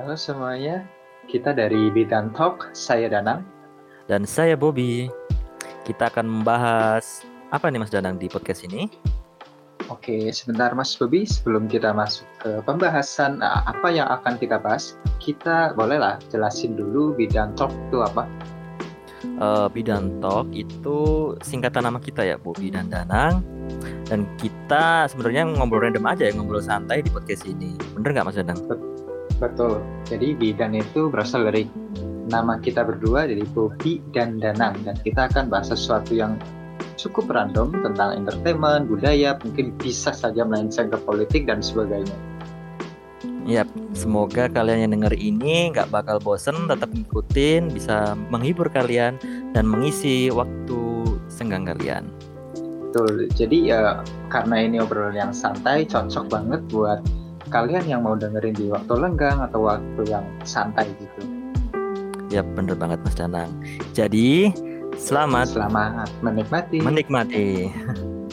Halo semuanya, kita dari Bidan Talk, saya Danang. Dan saya Bobby. Kita akan membahas apa nih Mas Danang di podcast ini? Oke, sebentar Mas Bobby, sebelum kita masuk ke pembahasan apa yang akan kita bahas, kita bolehlah jelasin dulu Bidan Talk itu apa? Bidan Talk itu singkatan nama kita ya, Bobby dan Danang. Dan kita sebenarnya ngobrol random aja ya, ngobrol santai di podcast ini. Bener nggak Mas Danang? Betul, jadi Bidan itu berasal dari nama kita berdua, jadi Bobby dan Danang. Dan kita akan bahas sesuatu yang cukup random tentang entertainment, budaya, mungkin bisa saja melenceng ke politik dan sebagainya. Yap, semoga kalian yang denger ini nggak bakal bosen, tetap ngikutin, bisa menghibur kalian dan mengisi waktu senggang kalian. Betul, jadi karena ini obrolan yang santai, cocok banget buat kalian yang mau dengerin di waktu lenggang atau waktu yang santai gitu. Yap, bener banget Mas Danang. Jadi, selamat menikmati. menikmati.